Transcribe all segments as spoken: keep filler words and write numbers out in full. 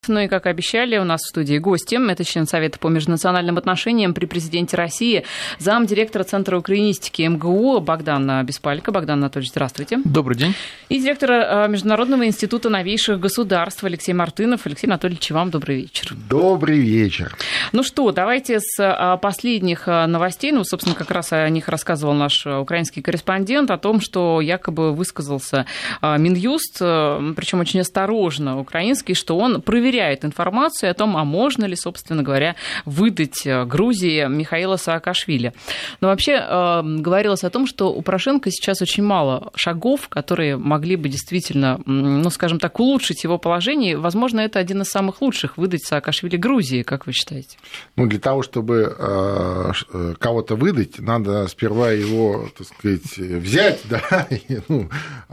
Ну и, как обещали, у нас в студии гости. Это член Совета по межнациональным отношениям при президенте России, замдиректора Центра украинистики эм гэ у Богдан Беспалько. Богдан Анатольевич, здравствуйте. Добрый день. И директор Международного института новейших государств Алексей Мартынов. Алексей Анатольевич, вам добрый вечер. Добрый вечер. Ну что, давайте с последних новостей. Ну, собственно, как раз о них рассказывал наш украинский корреспондент, о том, что якобы высказался Минюст, причем очень осторожно, украинский, что он проверяет проверяет информацию о том, а можно ли, собственно говоря, выдать Грузии Михаила Саакашвили. Но вообще э, говорилось о том, что у Порошенко сейчас очень мало шагов, которые могли бы действительно, ну, скажем так, улучшить его положение. Возможно, это один из самых лучших — выдать Саакашвили Грузии, как вы считаете? Ну, для того, чтобы э, кого-то выдать, надо сперва его, так сказать, взять, да, ну,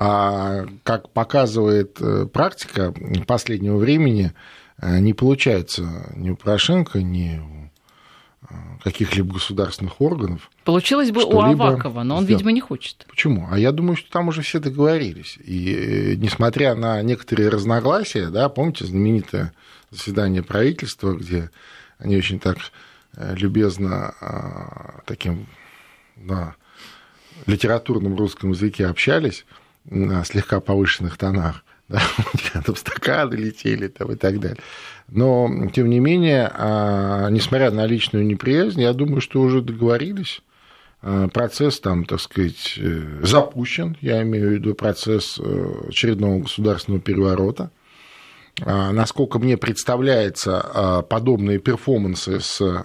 а как показывает практика последнего времени, не получается ни у Порошенко, ни у каких-либо государственных органов. Получилось бы у Авакова, но он, сделать. видимо, не хочет. Почему? А я думаю, что там уже все договорились. И несмотря на некоторые разногласия, да, помните знаменитое заседание правительства, где они очень так любезно таким на литературном русском языке общались на слегка повышенных тонах, да, там стаканы летели там, и так далее. Но, тем не менее, несмотря на личную неприязнь, я думаю, что уже договорились. Процесс там, так сказать, запущен, я имею в виду процесс очередного государственного переворота. Насколько мне представляется, подобные перформансы с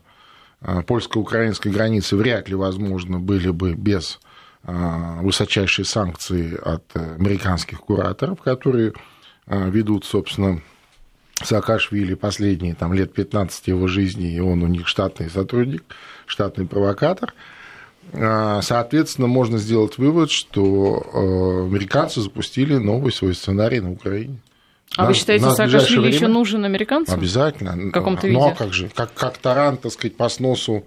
польско-украинской границы вряд ли возможно были бы без высочайшие санкции от американских кураторов, которые ведут, собственно, Саакашвили последние там, лет пятнадцать его жизни, и он у них штатный сотрудник, штатный провокатор. Соответственно, можно сделать вывод, что американцы запустили новый свой сценарий на Украине. А на, вы считаете, Саакашвили время... еще нужен американцам? Обязательно. В каком-то виде? Ну, а как же? Как, как таран, так сказать, по сносу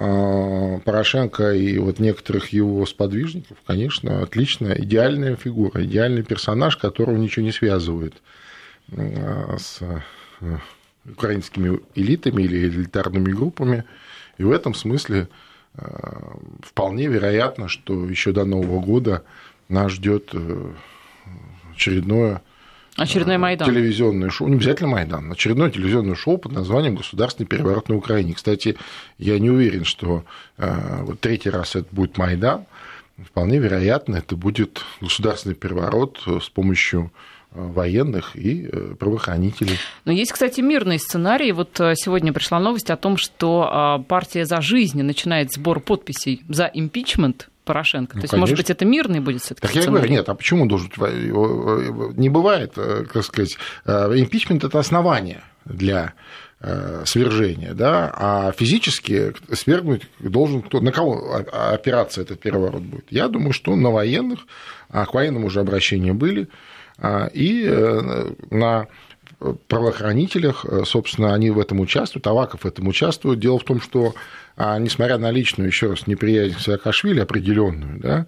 Порошенко и вот некоторых его сподвижников, конечно, отличная, идеальная фигура, идеальный персонаж, которого ничего не связывает с украинскими элитами или элитарными группами. И в этом смысле вполне вероятно, что еще до Нового года нас ждет очередное Очередной Майдан. Телевизионное шоу, не обязательно Майдан, очередное телевизионное шоу под названием «Государственный переворот на Украине». Кстати, я не уверен, что э, вот третий раз это будет Майдан. Вполне вероятно, это будет государственный переворот с помощью военных и правоохранителей. Но есть, кстати, мирный сценарий. Вот сегодня пришла новость о том, что партия «За жизнь» начинает сбор подписей за импичмент Порошенко. Ну, То есть, конечно. Может быть, это мирный будет все-таки Так сценарий? Я говорю, нет, а почему должен... Не бывает, как сказать, импичмент – это основание для свержения, да, а физически свергнуть должен кто? На кого опираться этот переворот будет? Я думаю, что на военных, а к военным уже обращения были, и на правоохранителях, собственно, они в этом участвуют, Аваков в этом участвует. Дело в том, что, несмотря на личную, еще раз, неприязнь к Саакашвили определенную, да,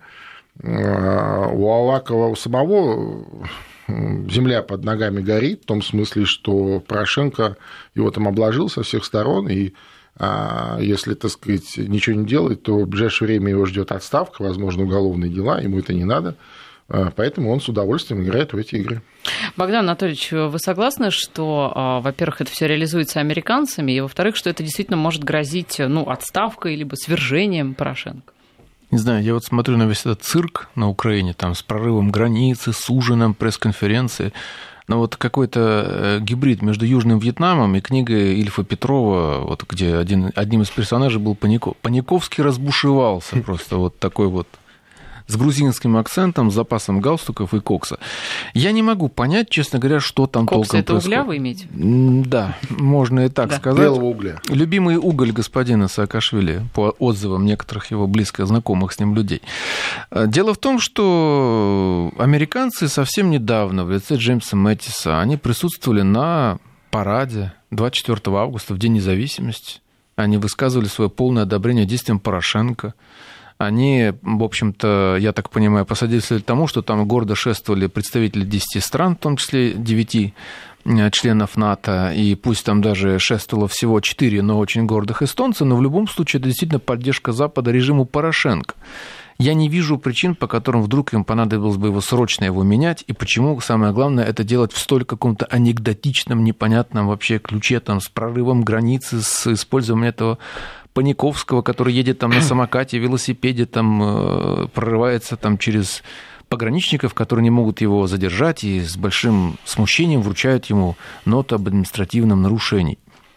у Авакова у самого земля под ногами горит, в том смысле, что Порошенко его там обложил со всех сторон, и если, так сказать, ничего не делает, то в ближайшее время его ждет отставка, возможно, уголовные дела, ему это не надо. Поэтому он с удовольствием играет в эти игры. Богдан Анатольевич, вы согласны, что, во-первых, это все реализуется американцами, и, во-вторых, что это действительно может грозить, ну, отставкой либо свержением Порошенко? Не знаю, я вот смотрю на весь этот цирк на Украине, там, с прорывом границы, с ужином, пресс-конференции. Но вот какой-то гибрид между Южным Вьетнамом и книгой Ильфа Петрова, вот, где один, одним из персонажей был Паников. Паниковский разбушевался, просто вот такой вот, с грузинским акцентом, с запасом галстуков и кокса. Я не могу понять, честно говоря, что там Кокс толком это происходит. Угля вы имеете? Да, можно и так да. сказать. Белого угля. Любимый уголь господина Саакашвили, по отзывам некоторых его близко знакомых с ним людей. Дело в том, что американцы совсем недавно в лице Джеймса Мэттиса, они присутствовали на параде двадцать четвёртого августа, в День независимости. Они высказывали свое полное одобрение действиям Порошенко. они, в общем-то, я так понимаю, посодействовали тому, что там гордо шествовали представители десяти стран, в том числе девяти членов НАТО, и пусть там даже шествовало всего четыре, но очень гордых эстонца, но в любом случае это действительно поддержка Запада режиму Порошенко. Я не вижу причин, по которым вдруг им понадобилось бы его срочно его менять, и почему, самое главное, это делать в столь каком-то анекдотичном, непонятном вообще ключе, там, с прорывом границы, с использованием этого Паниковского, который едет там на самокате, велосипеде, там, прорывается там через пограничников, которые не могут его задержать, и с большим смущением вручают ему ноту об административном нарушении.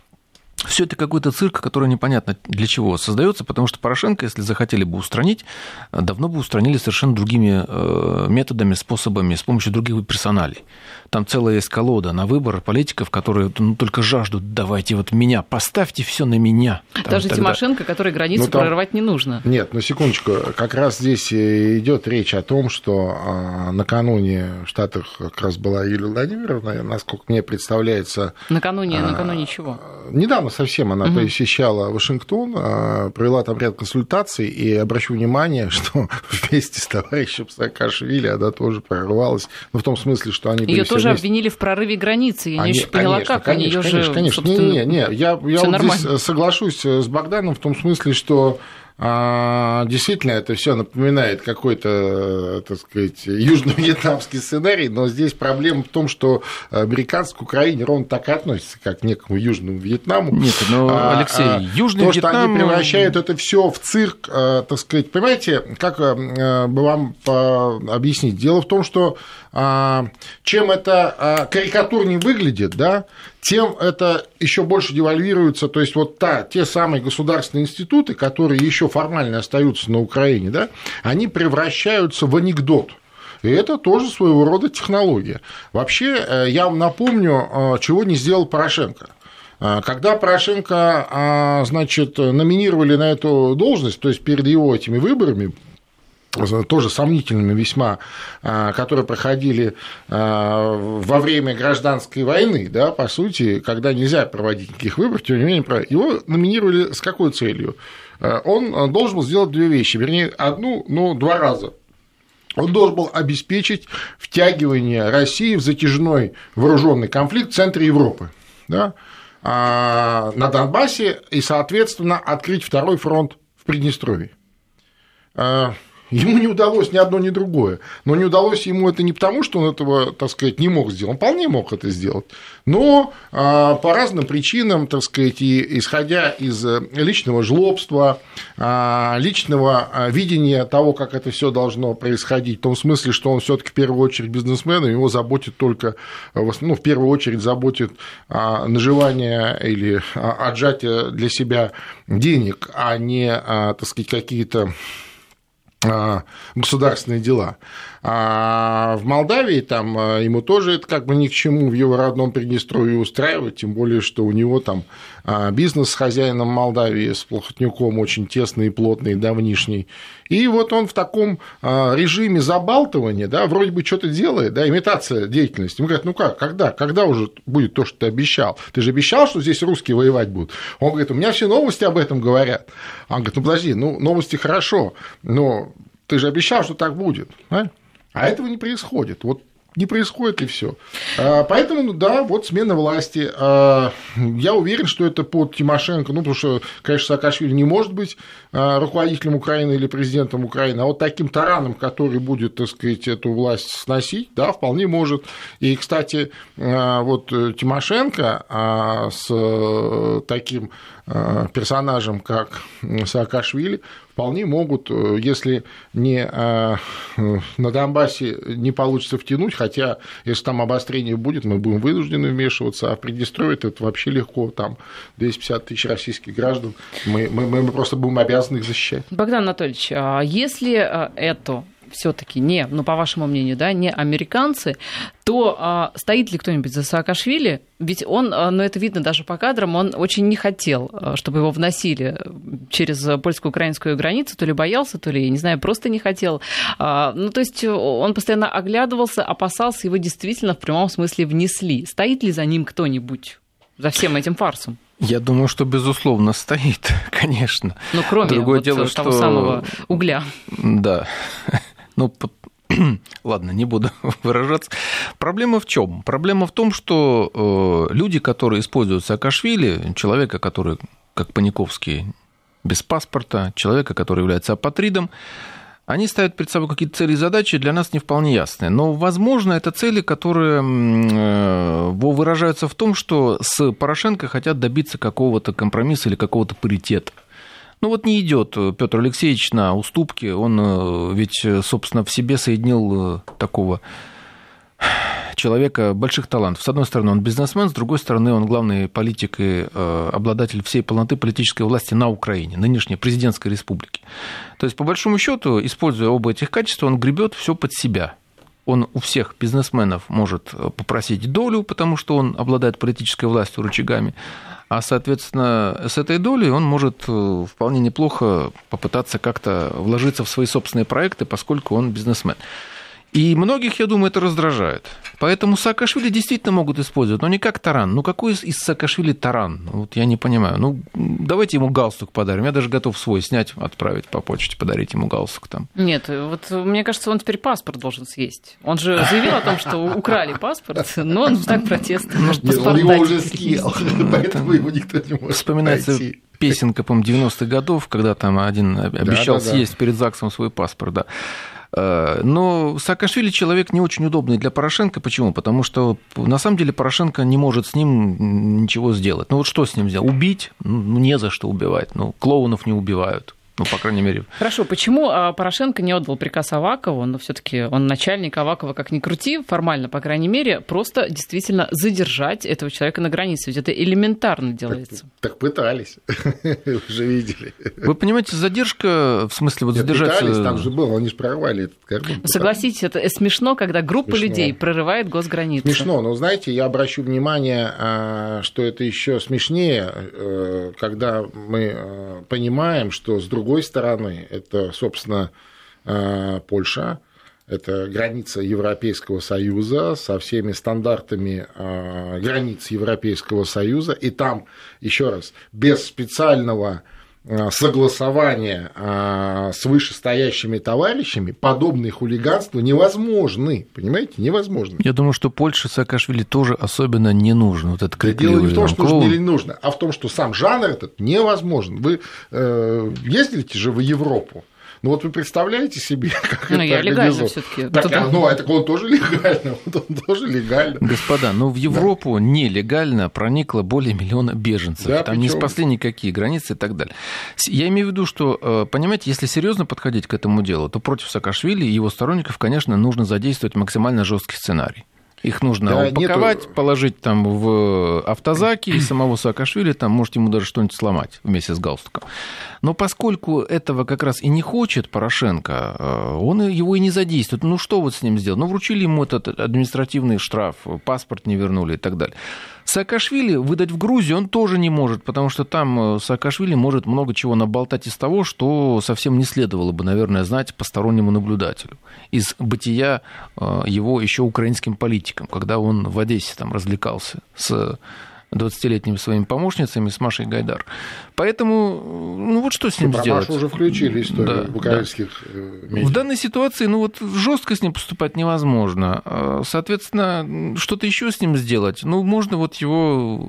Все это какой-то цирк, который непонятно для чего создается, потому что Порошенко, если захотели бы устранить, давно бы устранили совершенно другими методами, способами, с помощью других персоналей. Там целая есть колода на выбор политиков, которые ну, только жаждут, давайте вот меня, поставьте все на меня. Там, Даже тогда... Тимошенко, которой границу ну, там... прорывать не нужно. Нет, ну секундочку, как раз здесь идет речь о том, что накануне в Штатах как раз была Юлия Владимировна, насколько мне представляется... Накануне, а... накануне чего? Недавно совсем она угу. посещала Вашингтон, провела там ряд консультаций, и обращу внимание, что вместе с товарищем Саакашвили она тоже прорвалась, ну, в том смысле, что они были... Ее тоже вместе... обвинили в прорыве границы, я они, не очень поняла, конечно, как конечно, они ее конечно, же, конечно. собственно, не, не, не. Я, я вот здесь соглашусь с Богданом в том смысле, что действительно, это все напоминает какой-то, так сказать, южно-вьетнамский сценарий, но здесь проблема в том, что американцы к Украине ровно так и относятся, как к некому Южному Вьетнаму. Нет, но, Алексей, а, Южный то, Вьетнам... что они превращают это все в цирк, так сказать, понимаете, как бы вам объяснить? Дело в том, что чем это карикатурнее выглядит, да, тем это еще больше девальвируется, то есть вот та, те самые государственные институты, которые еще формально остаются на Украине, да, они превращаются в анекдот. И это тоже своего рода технология. Вообще, я вам напомню, чего не сделал Порошенко. Когда Порошенко, значит, номинировали на эту должность, то есть перед его этими выборами, тоже сомнительными весьма, которые проходили во время гражданской войны, да, по сути, когда нельзя проводить никаких выборов, тем не менее, его номинировали с какой целью? Он должен был сделать две вещи, вернее, одну, но два раза. Он должен был обеспечить втягивание России в затяжной вооруженный конфликт в центре Европы, да, на Донбассе и, соответственно, открыть второй фронт в Приднестровье. Ему не удалось ни одно, ни другое. Но не удалось ему это не потому, что он этого, так сказать, не мог сделать. Он вполне мог это сделать. Но по разным причинам, так сказать, и исходя из личного жлобства, личного видения того, как это все должно происходить, в том смысле, что он все-таки в первую очередь бизнесмен, и его заботит только, ну, в первую очередь заботит наживание или отжатие для себя денег, а не, так сказать, какие-то государственные дела. А в Молдавии там ему тоже это как бы ни к чему в его родном Приднестровье устраивать, тем более, что у него там бизнес с хозяином Молдавии, с Плохотнюком очень тесный и плотный, давнишний. И вот он в таком режиме забалтывания, да, вроде бы что-то делает, да, имитация деятельности. Ему говорят, ну как, когда, когда уже будет то, что ты обещал? Ты же обещал, что здесь русские воевать будут? Он говорит, у меня все новости об этом говорят. Он говорит, ну подожди, ну новости хорошо, но ты же обещал, что так будет, а? А этого не происходит. Вот не происходит, и все. Поэтому, да, вот смена власти. Я уверен, что это под Тимошенко, ну, потому что, конечно, Саакашвили не может быть руководителем Украины или президентом Украины, а вот таким тараном, который будет, так сказать, эту власть сносить, да, вполне может. И, кстати, вот Тимошенко с таким персонажем, как Саакашвили, вполне могут, если не на Донбассе не получится втянуть, хотя если там обострение будет, мы будем вынуждены вмешиваться, а в Приднестровье это вообще легко, там двести пятьдесят тысяч российских граждан, мы, мы, мы просто будем обязаны их защищать. Богдан Анатольевич, если это все-таки не, ну, по вашему мнению, да, не американцы, то а, стоит ли кто-нибудь за Саакашвили? Ведь он, ну, это видно даже по кадрам, он очень не хотел, чтобы его вносили через польско-украинскую границу, то ли боялся, то ли, я не знаю, просто не хотел. А, ну, то есть он постоянно оглядывался, опасался, его действительно в прямом смысле внесли. Стоит ли за ним кто-нибудь, за всем этим фарсом? Я думаю, что, безусловно, стоит, конечно. Ну, кроме Другое вот дело, того что... самого угля. Да. Ну, ладно, не буду выражаться. Проблема в чем? Проблема в том, что э, люди, которые используют Саакашвили, человека, который, как Паниковский, без паспорта, человека, который является апатридом, они ставят перед собой какие-то цели и задачи, для нас не вполне ясные. Но, возможно, это цели, которые выражаются в том, что с Порошенко хотят добиться какого-то компромисса или какого-то паритета. Ну вот не идет Петр Алексеевич на уступки, он ведь, собственно, в себе соединил такого человека больших талантов. С одной стороны, он бизнесмен, с другой стороны, он главный политик и обладатель всей полноты политической власти на Украине, нынешней президентской республики. То есть, по большому счету, используя оба этих качества, он гребет все под себя. Он у всех бизнесменов может попросить долю, потому что он обладает политической властью, рычагами, а, соответственно, с этой долей он может вполне неплохо попытаться как-то вложиться в свои собственные проекты, поскольку он бизнесмен. И многих, я думаю, это раздражает. Поэтому Саакашвили действительно могут использовать, но не как таран. Ну, какой из Саакашвили таран? Вот я не понимаю. Ну, давайте ему галстук подарим. Я даже готов свой снять, отправить по почте, подарить ему галстук там. Нет, вот мне кажется, он теперь паспорт должен съесть. Он же заявил о том, что украли паспорт, но он в знак протеста. Нет, он его уже съел, поэтому его никто не может Вспоминается песенка, по-моему, девяностых годов, когда там один обещал съесть перед ЗАГСом свой паспорт, да. Но Саакашвили человек не очень удобный для Порошенко. Почему? Потому что, на самом деле, Порошенко не может с ним ничего сделать. Ну вот что с ним сделать? Убить? Ну, не за что убивать. Ну, клоунов не убивают. Ну, по крайней мере. Хорошо, почему Порошенко не отдал приказ Авакову? Ну, все-таки он начальник, Авакова как ни крути, формально, по крайней мере, просто действительно задержать этого человека на границе. Ведь это элементарно делается. Так, так пытались, уже видели. Вы понимаете, задержка, в смысле, вот задержать... Пытались, там же было, они же прорвали этот кордон. Согласитесь, это смешно, когда группа смешно. людей прорывает госграницу. Смешно, но, знаете, я обращу внимание, что это еще смешнее, когда мы понимаем, что с другой С другой стороны, это, собственно, Польша, это граница Европейского Союза со всеми стандартами границ Европейского Союза, и там, еще раз, без специального согласования с вышестоящими товарищами подобные хулиганства невозможны, понимаете, невозможно. Я думаю, что Польше Саакашвили тоже особенно не нужно. Вот это дело не в том, что нужно или не нужно, а в том, что сам жанр этот невозможен. Вы э, ездите же в Европу. Ну вот вы представляете себе, как ну, это я легально всё-таки. Так, а, ну, это он тоже легально, он тоже легально. Господа, ну в Европу да. нелегально проникло более миллиона беженцев. Да, там причём... не спасли никакие границы и так далее. Я имею в виду, что, понимаете, если серьезно подходить к этому делу, то против Саакашвили и его сторонников, конечно, нужно задействовать максимально жесткий сценарий. Их нужно да, упаковать, нету... положить там в автозаки, и самого Саакашвили, там, может, ему даже что-нибудь сломать вместе с галстуком. Но поскольку этого как раз и не хочет Порошенко, он его и не задействует. Ну, что вот с ним сделать? Ну, вручили ему этот административный штраф, паспорт не вернули и так далее. Саакашвили выдать в Грузию он тоже не может, потому что там Саакашвили может много чего наболтать из того, что совсем не следовало бы, наверное, знать постороннему наблюдателю из бытия его еще украинским политиком, когда он в Одессе там развлекался с двадцатилетними своими помощницами, с Машей Гайдар. Поэтому, ну вот что с ним про сделать? Машу уже включили историю да, украинских да. медиа. В данной ситуации, ну вот жестко с ним поступать невозможно. Соответственно, что-то еще с ним сделать? Ну, можно вот его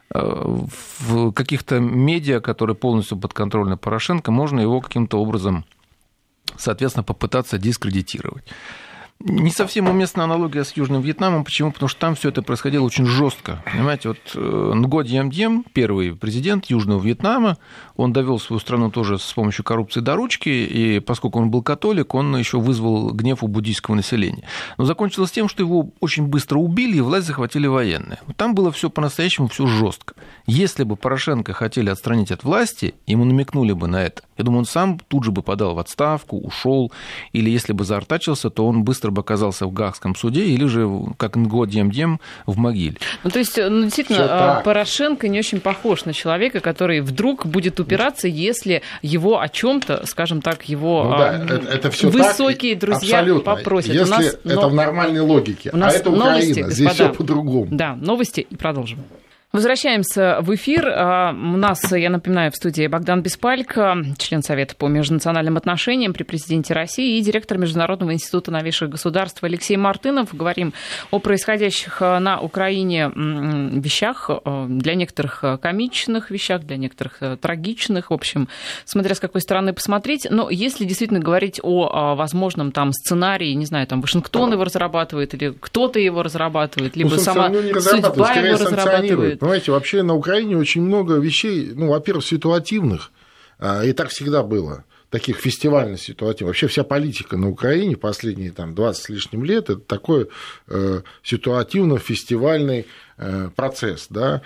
в каких-то медиа, которые полностью подконтрольны Порошенко, можно его каким-то образом, соответственно, попытаться дискредитировать. Не совсем уместна аналогия с Южным Вьетнамом. Почему? Потому что там все это происходило очень жестко. Понимаете, вот Ngo Diem Diem, первый президент Южного Вьетнама, он довел свою страну тоже с помощью коррупции до ручки, и поскольку он был католик, он еще вызвал гнев у буддийского населения. Но закончилось тем, что его очень быстро убили, и власть захватили военные. Там было все по-настоящему, все жестко. Если бы Порошенко хотели отстранить от власти, ему намекнули бы на это. Я думаю, он сам тут же бы подал в отставку, ушел, или если бы заортачился, то он быстро бы оказался в Гаагском суде, или же, как Ngo Diem Diem, в могиле. Ну, то есть, ну, действительно, Порошенко не очень похож на человека, который вдруг будет упираться, если его о чем-то, скажем так, его ну, да, это, это высокие так, друзья абсолютно. Попросят. Если у нас, это но... в нормальной логике. У нас а это новости, Украина, господа. Здесь все по-другому. Да, новости и продолжим. Возвращаемся в эфир. У нас, я напоминаю, в студии Богдан Беспалько, член Совета по межнациональным отношениям при президенте России, и директор Международного института новейших государств Алексей Мартынов. Говорим о происходящих на Украине вещах, для некоторых комичных вещах, для некоторых трагичных, в общем, смотря с какой стороны посмотреть. Но если действительно говорить о возможном там сценарии, не знаю, там Вашингтон его разрабатывает, или кто-то его разрабатывает, либо ну, сама судьба его разрабатывает. Понимаете, вообще на Украине очень много вещей, ну, во-первых, ситуативных, и так всегда было, таких фестивально-ситуативных. Вообще вся политика на Украине последние там, двадцать с лишним лет – это такой э, ситуативно-фестивальный э, процесс, да.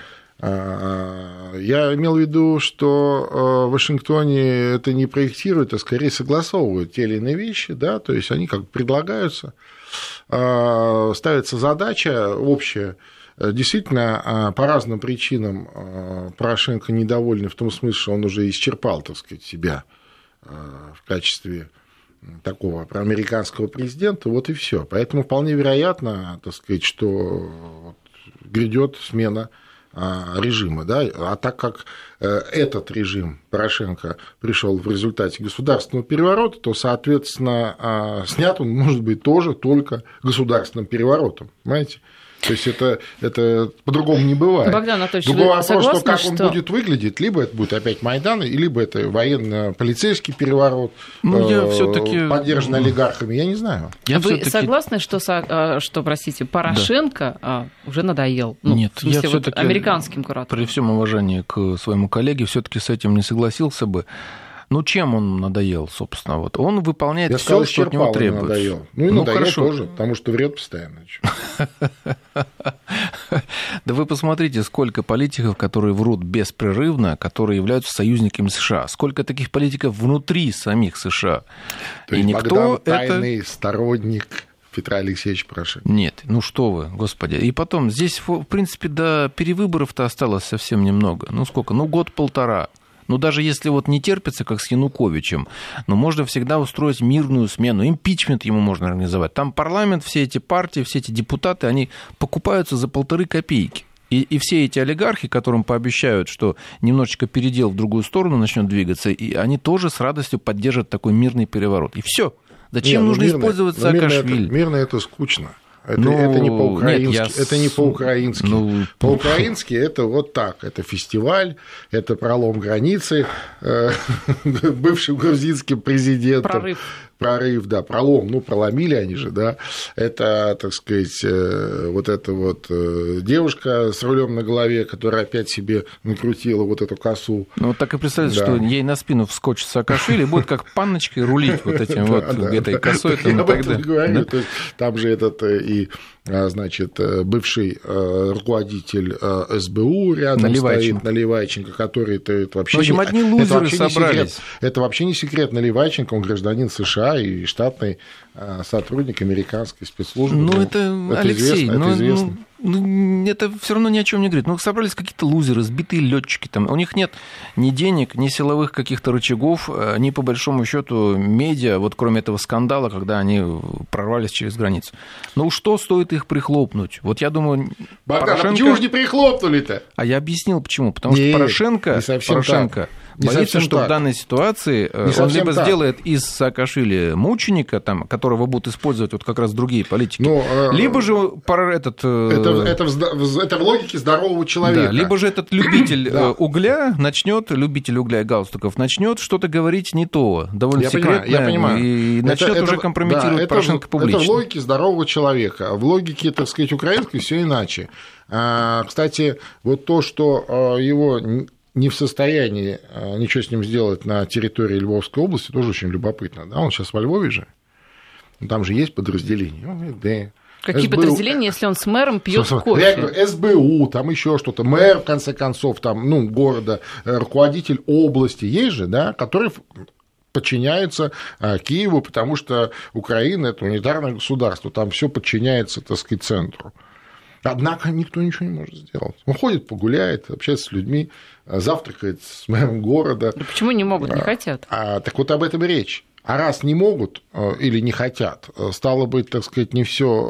Я имел в виду, что в Вашингтоне это не проектируют, а скорее согласовывают те или иные вещи, да, то есть они как бы предлагаются, ставится задача общая. Действительно, по разным причинам Порошенко недоволен в том смысле, что он уже исчерпал, так сказать, себя в качестве такого проамериканского президента, вот и все. Поэтому вполне вероятно, так сказать, что грядет смена режима, да, а так как этот режим Порошенко пришел в результате государственного переворота, то, соответственно, снят он может быть тоже только государственным переворотом, понимаете? То есть это, это по-другому не бывает. Богдан Анатольевич, другой вопрос, согласны, что как что... он будет выглядеть, либо это будет опять Майдан, либо это военно-полицейский переворот, ну, я всё-таки... поддержанный олигархами, я не знаю. Я Вы всё-таки... согласны, что, что, простите, Порошенко да. уже надоел? Ну, Нет, в смысле, я вот американским куратором. При всем уважении к своему коллеге все-таки с этим не согласился бы. Ну, чем он надоел, собственно? Вот он выполняет я все, сказал, что от него требуется. Надоел. Ну, и ну, надоел хорошо. Тоже, потому что врет постоянно. Да вы посмотрите, сколько политиков, которые врут беспрерывно, которые являются союзниками США. Сколько таких политиков внутри самих США. То есть Богдан тайный сторонник Петра Алексеевича Порошенко. Нет, ну что вы, господи. И потом, здесь, в принципе, до перевыборов-то осталось совсем немного. Ну, сколько? Ну, год-полтора. Ну, даже если вот не терпится, как с Януковичем, но можно всегда устроить мирную смену, импичмент ему можно организовать. Там парламент, все эти партии, все эти депутаты, они покупаются за полторы копейки. И, и все эти олигархи, которым пообещают, что немножечко передел в другую сторону начнет двигаться, и они тоже с радостью поддержат такой мирный переворот. И все. Зачем не, нужно мирное, использовать Саакашвили? Мирно это скучно. Это, ну, это не по-украински. Нет, я... Это не по-украински. Ну... По-украински это вот так. Это фестиваль, это пролом границы э, бывшим грузинским президентом. Прорыв. Прорыв, да, пролом, ну, проломили они же, да, это, так сказать, вот эта вот девушка с рулем на голове, которая опять себе накрутила вот эту косу. Ну, вот так и представьте, да. Что ей на спину вскочит Саакашвили и будет как панночкой рулить вот этим вот этой косой. Я об этом говорю, то есть там же этот и... значит, бывший руководитель эс бэ у рядом Наливайченко. стоит, Наливайченко, который это вообще... В общем, одни лузеры собрались. Это вообще не секрет. Наливайченко, он гражданин США и штатный сотрудник американской спецслужбы. Ну, это, это Алексей, известно, ну, это известно. Ну, это все равно ни о чем не говорит. Ну, собрались какие-то лузеры, сбитые летчики. Там. У них нет ни денег, ни силовых каких-то рычагов, ни, по большому счету, медиа, вот кроме этого скандала, когда они прорвались через границу. Ну, что стоит их прихлопнуть? Вот я думаю... Богдан, Порошенко... а почему же не прихлопнули-то? А я объяснил, почему. Потому нет, что Порошенко... Порошенко боится, что так. В данной ситуации не он либо так. сделает из Саакашвили мученика, там, которого будут использовать вот как раз другие политики, но, либо же этот... Это, это, в, это в логике здорового человека. Да, либо же этот любитель да. угля начнет, любитель угля и галстуков, начнет что-то говорить не то, довольно я секретное, понимаю, я понимаю. И начнет это, уже это, компрометировать да, Порошенко это, публично. Это в логике здорового человека. В логике, так сказать, украинской все иначе. Кстати, вот то, что его... не в состоянии ничего с ним сделать на территории Львовской области, тоже очень любопытно. Да? Он сейчас во Львове же, там же есть подразделения. Он говорит, да. Какие эс бэ у... подразделения, если он с мэром пьет кофе? эс бэ у, там еще что-то, мэр, в конце концов, там, ну, города, руководитель области, есть же, да, который подчиняется Киеву, потому что Украина – это унитарное государство, там все подчиняется, так сказать, центру. Однако никто ничего не может сделать. Он ходит, погуляет, общается с людьми, завтракает с мэром города. Да почему не могут, не хотят? А, так вот об этом и речь. А раз не могут или не хотят, стало быть, так сказать, не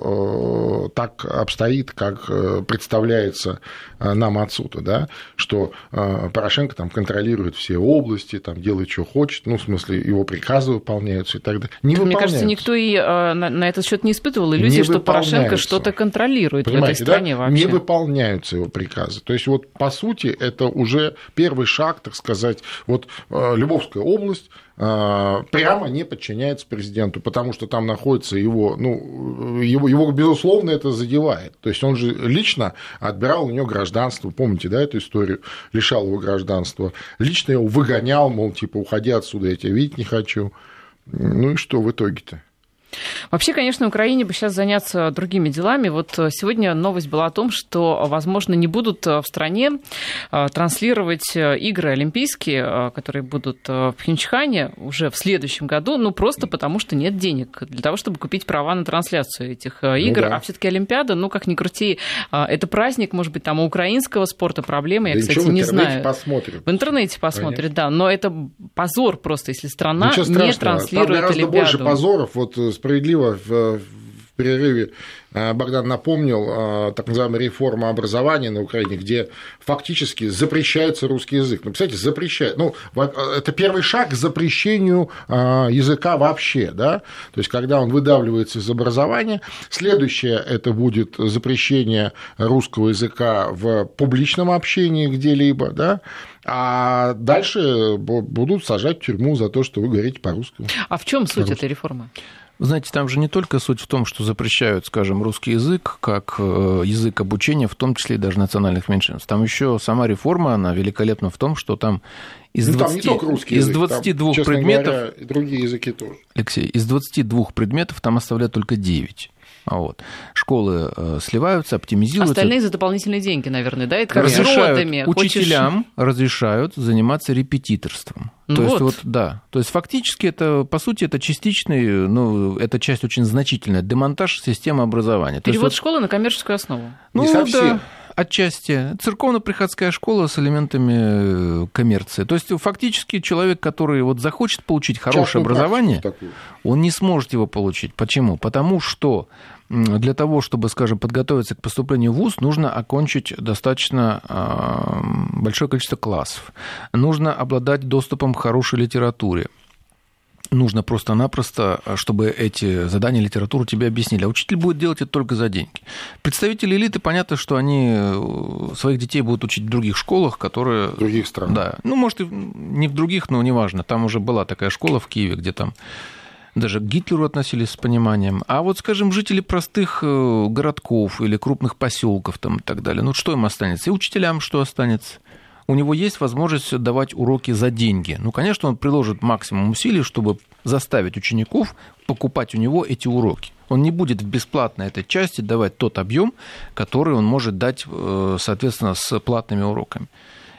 все так обстоит, как представляется нам отсюда, да, что Порошенко там контролирует все области, там делает, что хочет, ну, в смысле, его приказы выполняются и так далее. Не Мне кажется, никто и на этот счет не испытывал иллюзии, что Порошенко что-то контролирует. Понимаете, в этой стране, да? Вообще. Не выполняются его приказы. То есть, вот, по сути, это уже первый шаг, так сказать, вот Львовская область прямо не подчиняется президенту, потому что там находится его, ну, его, его, безусловно, это задевает. То есть он же лично отбирал у него гражданство, помните, да, эту историю, лишал его гражданства, лично его выгонял, мол, типа, уходи отсюда, я тебя видеть не хочу. Ну и что в итоге-то? Вообще, конечно, Украине бы сейчас заняться другими делами. Вот сегодня новость была о том, что, возможно, не будут в стране транслировать игры олимпийские, которые будут в Пхенчхане уже в следующем году, ну, просто потому что нет денег для того, чтобы купить права на трансляцию этих игр. Ну, да. А все-таки Олимпиада, ну, как ни крути, это праздник, может быть, там у украинского спорта проблемы, я, да, кстати, не знаю. Посмотрим. В интернете посмотрят, конечно. Да, но это позор просто, если страна не транслирует Олимпиаду. Там гораздо больше позоров, вот справедливо в, в перерыве Богдан напомнил так называемая реформа образования на Украине, где фактически запрещается русский язык. Ну, представляете, запрещает. Ну, это первый шаг к запрещению языка вообще, да, то есть, когда он выдавливается из образования. Следующее – это будет запрещение русского языка в публичном общении где-либо, да, а дальше будут сажать в тюрьму за то, что вы говорите по-русски. А в чем суть этой реформы? Вы знаете, там же не только суть в том, что запрещают, скажем, русский язык как язык обучения, в том числе и даже национальных меньшинств. Там еще сама реформа, она великолепна в том, что там из ну, двадцати, там не только русский язык, из двадцати двух там, предметов, говоря, и другие языки тоже. Алексей, из двадцати двух предметов там оставляют только девять. Вот. Школы э, сливаются, оптимизируются. Остальные за дополнительные деньги, наверное, да? Это как с родами. Учителям Хочешь... разрешают заниматься репетиторством. Ну то вот. есть, вот, да. То есть, фактически, это, по сути, это частичный, ну, это часть очень значительная, демонтаж системы образования. Перевод то есть, школы на коммерческую основу. Ну, не совсем. Да. Отчасти. Церковно-приходская школа с элементами коммерции. То есть, фактически, человек, который вот захочет получить хорошее Частную образование, он не сможет его получить. Почему? Потому что для того, чтобы, скажем, подготовиться к поступлению в вуз, нужно окончить достаточно большое количество классов. Нужно обладать доступом к хорошей литературе. Нужно просто-напросто, чтобы эти задания литературу тебе объяснили. А учитель будет делать это только за деньги. Представители элиты, понятно, что они своих детей будут учить в других школах, которые... В других странах. Да. Ну, может, и не в других, но неважно. Там уже была такая школа в Киеве, где там даже к Гитлеру относились с пониманием. А вот, скажем, жители простых городков или крупных поселков там и так далее, ну, что им останется? И учителям что останется? У него есть возможность давать уроки за деньги. Ну, конечно, он приложит максимум усилий, чтобы заставить учеников покупать у него эти уроки. Он не будет в бесплатной этой части давать тот объем, который он может дать, соответственно, с платными уроками.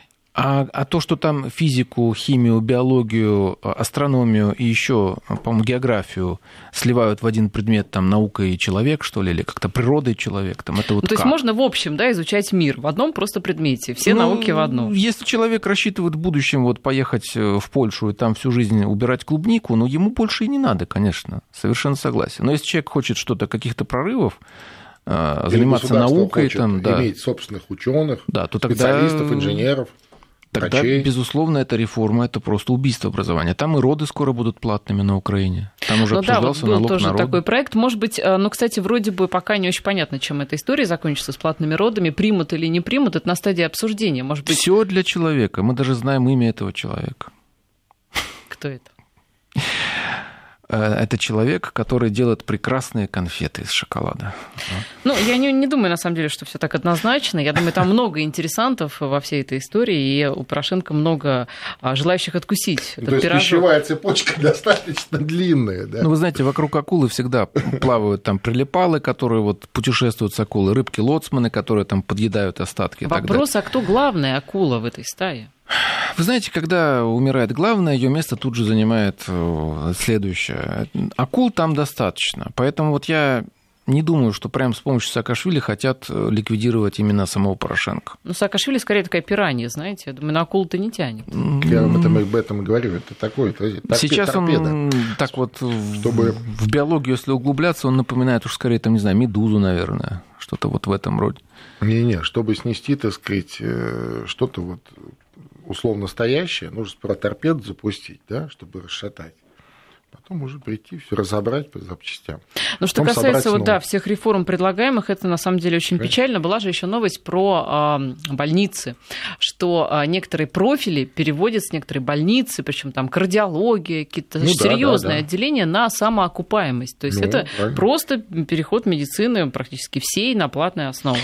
А, а то, что там физику, химию, биологию, астрономию и еще, по-моему, географию сливают в один предмет, там, наука и человек, что ли, или как-то природа и человек, там, это вот ну, то есть как? можно, в общем, да, изучать мир в одном просто предмете, все ну, науки в одном. Если человек рассчитывает в будущем вот поехать в Польшу и там всю жизнь убирать клубнику, ну, ему больше и не надо, конечно, совершенно согласен. Но если человек хочет что-то, каких-то прорывов, или заниматься наукой, там, да, иметь собственных ученых, да, то специалистов, тогда... инженеров. Тогда, врачей. Безусловно, эта реформа – это просто убийство образования. Там и роды скоро будут платными на Украине. Там уже ну обсуждался да, вот был налог тоже на роды. Такой проект. Может быть, ну, кстати, вроде бы пока не очень понятно, чем эта история закончится с платными родами. Примут или не примут, это на стадии обсуждения. Может быть... Все для человека. Мы даже знаем имя этого человека. Кто это? Это человек, который делает прекрасные конфеты из шоколада. Ну, я не, не думаю, на самом деле, что все так однозначно. Я думаю, там много интересантов во всей этой истории, и у Порошенко много желающих откусить этот То есть пирожок. Пищевая цепочка достаточно длинная, да? Ну, вы знаете, вокруг акулы всегда плавают там прилипалы, которые вот путешествуют с акулой, рыбки-лоцманы, которые там подъедают остатки. Вопрос, а кто главная акула в этой стае? Вы знаете, когда умирает главное, ее место тут же занимает следующее. Акул там достаточно. Поэтому вот я не думаю, что прямо с помощью Саакашвили хотят ликвидировать именно самого Порошенко. Ну, Саакашвили скорее такая пиранья, знаете. Я думаю, на акулу-то не тянет. Я об этом, об этом и говорю. Это такое. Это Сейчас торпеда. Он так вот Чтобы... в, в биологию, если углубляться, он напоминает уж скорее, там, не знаю, медузу, наверное. Что-то вот в этом роде. Не-не, чтобы снести, так сказать, что-то вот условно стоящее, нужно сперва торпеду запустить, да, чтобы расшатать. Потом уже прийти, все разобрать по запчастям. Ну, что касается вот, да, всех реформ предлагаемых, это на самом деле очень Конечно. печально. Была же еще новость про э, больницы, что э, некоторые профили переводят с некоторой больницы, причем там кардиология, какие-то ну, серьезные да, да, да. отделения на самоокупаемость. То есть ну, это правильно. Просто переход медицины практически всей на платную основу.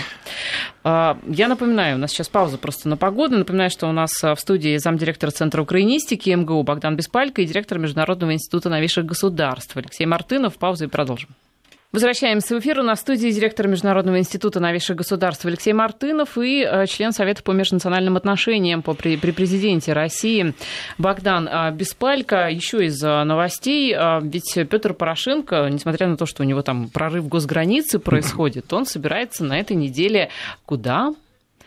Я напоминаю, у нас сейчас пауза просто на погоду. Напоминаю, что у нас в студии замдиректора Центра украинистики эм гэ у Богдан Беспалько и директор Международного института новейших государств Алексей Мартынов. Паузу и продолжим. Возвращаемся в эфир. У нас в студии директор Международного института новейших государств Алексей Мартынов и член Совета по межнациональным отношениям при, при президенте России Богдан Беспалько. Еще из новостей, ведь Петр Порошенко, несмотря на то, что у него там прорыв госграницы происходит, он собирается на этой неделе куда?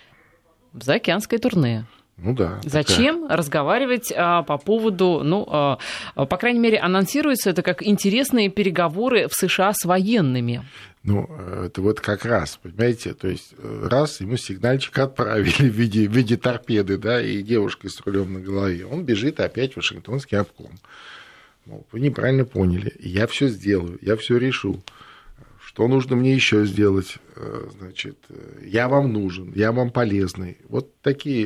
В заокеанское турне. Ну да. Зачем такая. разговаривать а, по поводу, ну, а, по крайней мере, анонсируется это как интересные переговоры в США с военными? Ну, это вот как раз, понимаете, то есть раз ему сигнальчик отправили в виде, в виде торпеды, да, и девушка с рулем на голове, он бежит опять в Вашингтонский обком. Мол, вы неправильно поняли, я все сделаю, я все решу. Что нужно мне еще сделать? Значит, я вам нужен, я вам полезный. Вот такие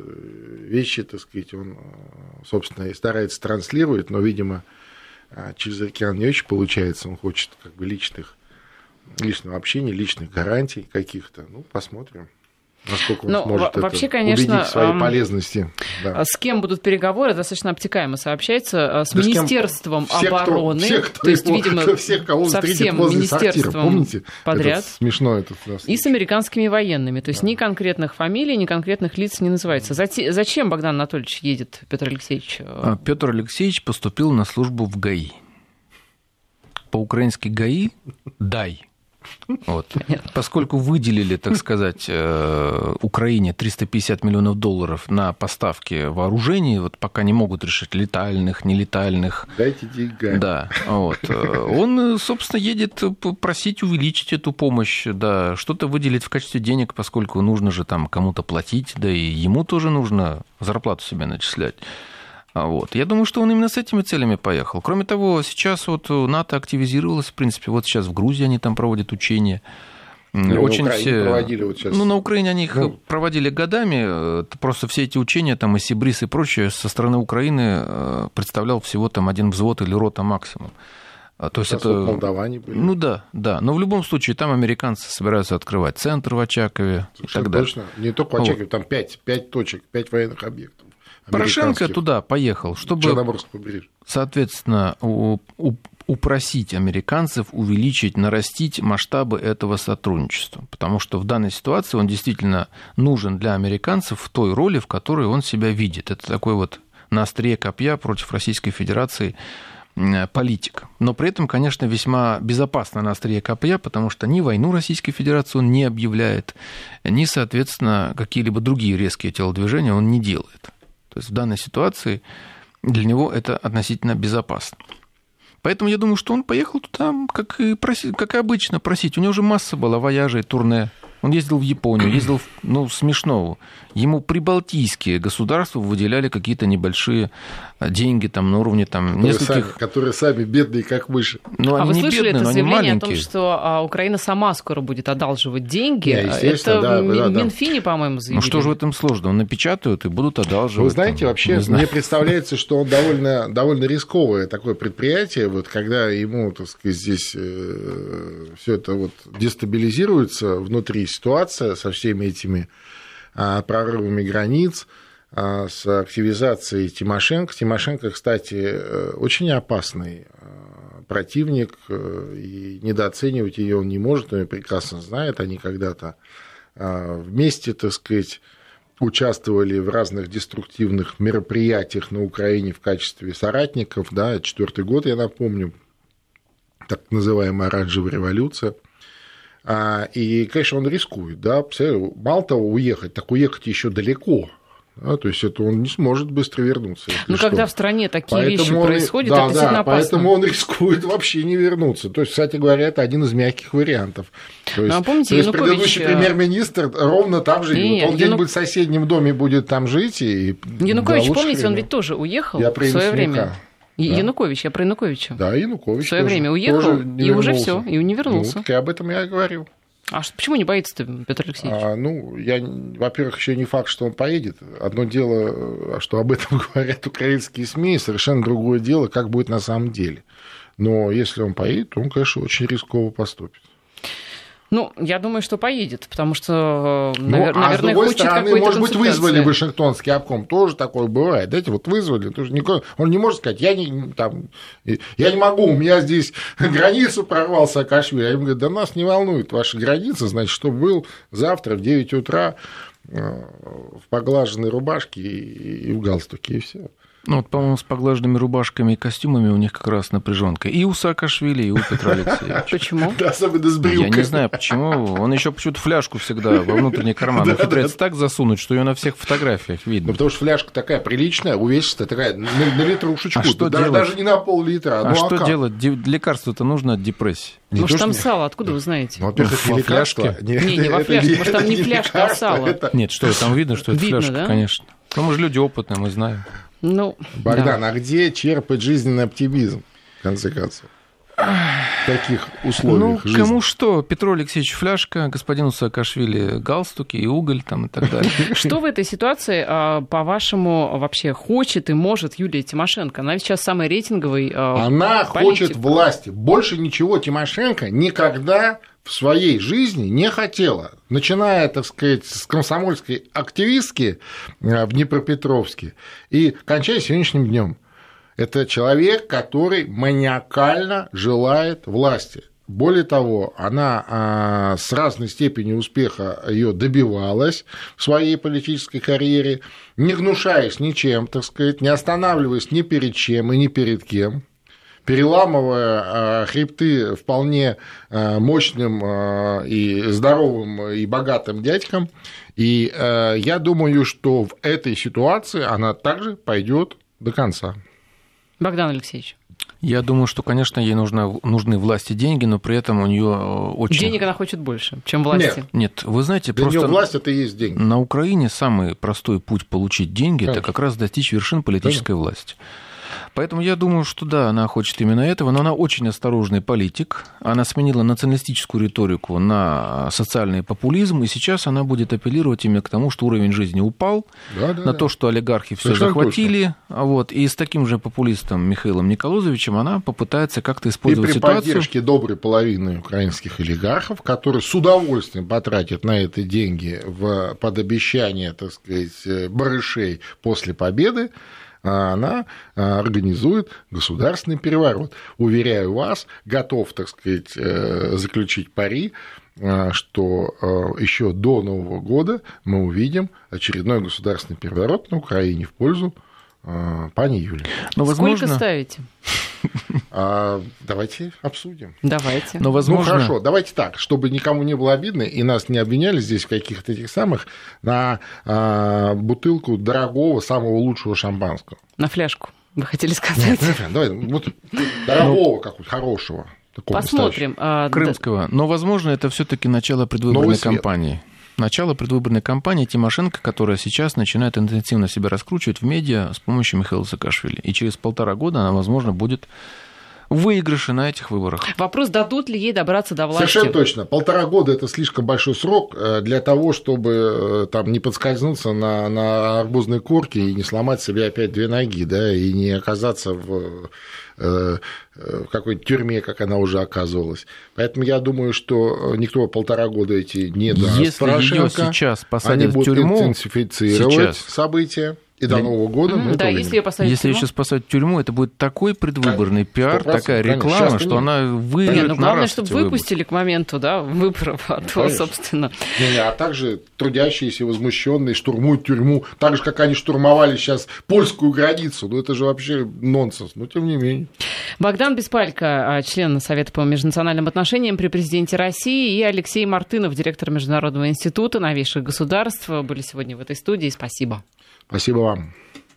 вещи, так сказать, он, собственно, и старается транслировать, но, видимо, через океан не очень получается. Он хочет как бы личных, личного общения, личных гарантий каких-то. Ну, посмотрим. Насколько он ну, сможет вообще, это конечно, убедить в своей полезности. Да. С кем будут переговоры, достаточно обтекаемо сообщается. С да Министерством с кем, обороны. Все, кто, то есть, его, видимо, всех, кого со всем министерством Помните? подряд. Это смешно. Это и с американскими военными. То есть, да. ни конкретных фамилий, ни конкретных лиц не называется. Зачем Богдан Анатольевич едет, Петр Алексеевич? Петр Алексеевич поступил на службу в ГАИ. По-украински ГАИ – дай. Вот. Поскольку выделили, так сказать, Украине триста пятьдесят миллионов долларов на поставки вооружений, вот пока не могут решить летальных, нелетальных. Дайте деньги. Да, вот. Он, собственно, едет просить увеличить эту помощь, да, что-то выделить в качестве денег, поскольку нужно же там кому-то платить, да и ему тоже нужно зарплату себе начислять. Вот. Я думаю, что он именно с этими целями поехал. Кроме того, сейчас вот НАТО активизировалось, в принципе, вот сейчас в Грузии они там проводят учения. Ну, Очень на Украине все... проводили вот сейчас. Ну, на Украине они их ну... проводили годами, просто все эти учения, там, и Сибрис и прочее, со стороны Украины представлял всего там один взвод или рота максимум. То есть это... Молдаване были. Ну да, да. Но в любом случае там американцы собираются открывать центр в Очакове. Совершенно и так точно. Далее. Не только в Очакове, вот. Там пять, пять точек, пять военных объектов. Порошенко туда поехал, чтобы, соответственно, упросить американцев увеличить, нарастить масштабы этого сотрудничества. Потому что в данной ситуации он действительно нужен для американцев в той роли, в которой он себя видит. Это такой вот на острие копья против Российской Федерации политик. Но при этом, конечно, весьма безопасно на острие копья, потому что ни войну Российской Федерации он не объявляет, ни, соответственно, какие-либо другие резкие телодвижения он не делает. То есть в данной ситуации для него это относительно безопасно. Поэтому я думаю, что он поехал туда, как и, просить, как и обычно, просить. У него уже масса была вояжей, турне. Он ездил в Японию, ездил, в, ну, смешно. Ему прибалтийские государства выделяли какие-то небольшие деньги там, на уровне там, которые нескольких... Сами, которые сами бедные, как мыши. Ну, а они вы не слышали бедные, это но они заявление маленькие. о том, что Украина сама скоро будет одалживать деньги? Да, это да, да, да. Минфине, по-моему, заявили. Ну что же в этом сложного? Напечатают и будут одалживать. Вы знаете, там, вообще, мне представляется, что он довольно, довольно рисковое такое предприятие, вот, когда ему, так сказать, здесь э, все это вот дестабилизируется внутри, ситуация со всеми этими а, прорывами границ, а, с активизацией Тимошенко. Тимошенко, кстати, очень опасный противник, и недооценивать ее он не может, он ее прекрасно знает. Они когда-то вместе, так сказать, участвовали в разных деструктивных мероприятиях на Украине в качестве соратников. Да, четвертый год, я напомню, так называемая оранжевая революция. И, конечно, он рискует, да, мало того, уехать, так уехать еще далеко. А, то есть это он не сможет быстро вернуться. Ну, что. когда в стране такие поэтому вещи он, происходят, да, это действительно да, опасно. Поэтому он рискует вообще не вернуться. То есть, кстати говоря, это один из мягких вариантов. То есть, ну, а помните, то есть Янукович... предыдущий премьер-министр ровно там живет. Нет, он где-нибудь Яну... в соседнем доме будет там жить. И... Янукович, да, помните, время. он ведь тоже уехал Я в свое время. Да. Янукович, я про Януковича. Да, Янукович. В свое время уехал, и уже все, и не вернулся. Ну, так я об этом я и говорил. А что, почему не боится-то, Петр Алексеевич? А, ну, я, во-первых, еще не факт, что он поедет. Одно дело, что об этом говорят украинские СМИ, совершенно другое дело, как будет на самом деле. Но если он поедет, то он, конечно, очень рисково поступит. Ну, я думаю, что поедет, потому что, ну, навер... а наверное, хочет стороны, какой-то может быть, вызвали Вашингтонский обком. Тоже такое бывает. Знаете, вот вызвали. Тоже никто... Он не может сказать, я не, там, я не могу, у меня здесь границу прорвал Саакашвили. Я ему говорю, да нас не волнует ваша граница, значит, что был завтра в девять утра в поглаженной рубашке и в галстуке, и все. Ну, вот, по-моему, с поглаженными рубашками и костюмами у них как раз напряженка. И у Саакашвили, и у Петра Алексеевича. Почему? Да, особенно с брюками. Я не знаю, почему. Он еще почему-то фляжку всегда во внутренний карман ухитряется так засунуть, что ее на всех фотографиях видно. Ну, потому что фляжка такая приличная, увесистая, такая на, на литрушечку. А что даже, делать? Даже не на пол-литра. А ну, что а делать? Лекарство-то нужно от депрессии. Не Может, то, там что... сало, откуда вы знаете? Ну, во-первых, это во не лекарство. фляжке? Не, не, не во фляжке, может, там не фляжка, а сало. Это... Нет, что, там видно, что это видно, фляжка, да? конечно. Ну, мы же люди опытные, мы знаем. Ну, Богдан, да. а где черпать жизненный оптимизм, в конце концов? В таких условиях Ну, жизни. кому что? Петру Алексеевичу фляжка, господину Саакашвили галстуки и уголь там и так далее. Что в этой ситуации, по-вашему, вообще хочет и может Юлия Тимошенко? Она сейчас самый рейтинговый Она политик. хочет власти. Больше ничего Тимошенко никогда в своей жизни не хотела. Начиная, так сказать, с комсомольской активистки в Днепропетровске и кончая сегодняшним днем. Это человек, который маниакально желает власти. Более того, она с разной степенью успеха ее добивалась в своей политической карьере, не гнушаясь ничем, так сказать, не останавливаясь ни перед чем и ни перед кем, переламывая хребты вполне мощным и здоровым и богатым дядькам. И я думаю, что в этой ситуации она также пойдет до конца. Богдан Алексеевич. Я думаю, что, конечно, ей нужно, нужны власти деньги, но при этом у нее очень... Денег она хочет больше, чем власти. Нет, Нет, вы знаете, для просто... нее власть – это и есть деньги. На Украине самый простой путь получить деньги – это как раз достичь вершин политической Конечно. власти. Поэтому я думаю, что да, она хочет именно этого, но она очень осторожный политик. Она сменила националистическую риторику на социальный популизм, и сейчас она будет апеллировать именно к тому, что уровень жизни упал, да, да, на да. то, что олигархи все захватили. Вот, и с таким же популистом Михаилом Николозовичем она попытается как-то использовать и при ситуацию. поддержке доброй половины украинских олигархов, которые с удовольствием потратят на это деньги в, под обещание, так сказать, барышей после победы, она организует государственный переворот. Уверяю вас, готов, так сказать, заключить пари, что еще до Нового года мы увидим очередной государственный переворот на Украине в пользу пани Юлии. Но, возможно... Сколько ставите? А, давайте обсудим. Давайте. Но, возможно... Ну, хорошо, давайте так, чтобы никому не было обидно, и нас не обвиняли здесь в каких-то этих самых, на а, бутылку дорогого, самого лучшего шампанского. На фляжку, вы хотели сказать. Нет, давай, вот дорогого ну, какого-то, хорошего. Посмотрим. А, Крымского. Но, возможно, это все таки начало предвыборной кампании. Начало предвыборной кампании Тимошенко, которая сейчас начинает интенсивно себя раскручивать в медиа с помощью Михаила Саакашвили. И через полтора года она, возможно, будет в выигрыше на этих выборах. Вопрос, дадут ли ей добраться до власти? Совершенно точно. Полтора года – это слишком большой срок для того, чтобы там, не подскользнуться на, на арбузной корке и не сломать себе опять две ноги, да, и не оказаться в, в какой-то тюрьме, как она уже оказывалась. Поэтому я думаю, что никто полтора года эти не даст. Если ее сейчас посадят они в будут тюрьму, интенсифицировать сейчас. события. И до Нового года мы да, если ее посадить Если ее сейчас посадить в тюрьму, это будет такой предвыборный пиар, такая реклама, конечно, что она выйдет Нет, ну, на главное, раз чтобы выборы. выпустили к моменту, да, выборов, а то, конечно. собственно... Не, не, а также трудящиеся, возмущенные штурмуют тюрьму, так же, как они штурмовали сейчас польскую границу. Ну, это же вообще нонсенс, но тем не менее. Богдан Беспалько, член Совета по межнациональным отношениям при президенте России, и Алексей Мартынов, директор Международного института новейших государств, были сегодня в этой студии. Спасибо. Спасибо вам.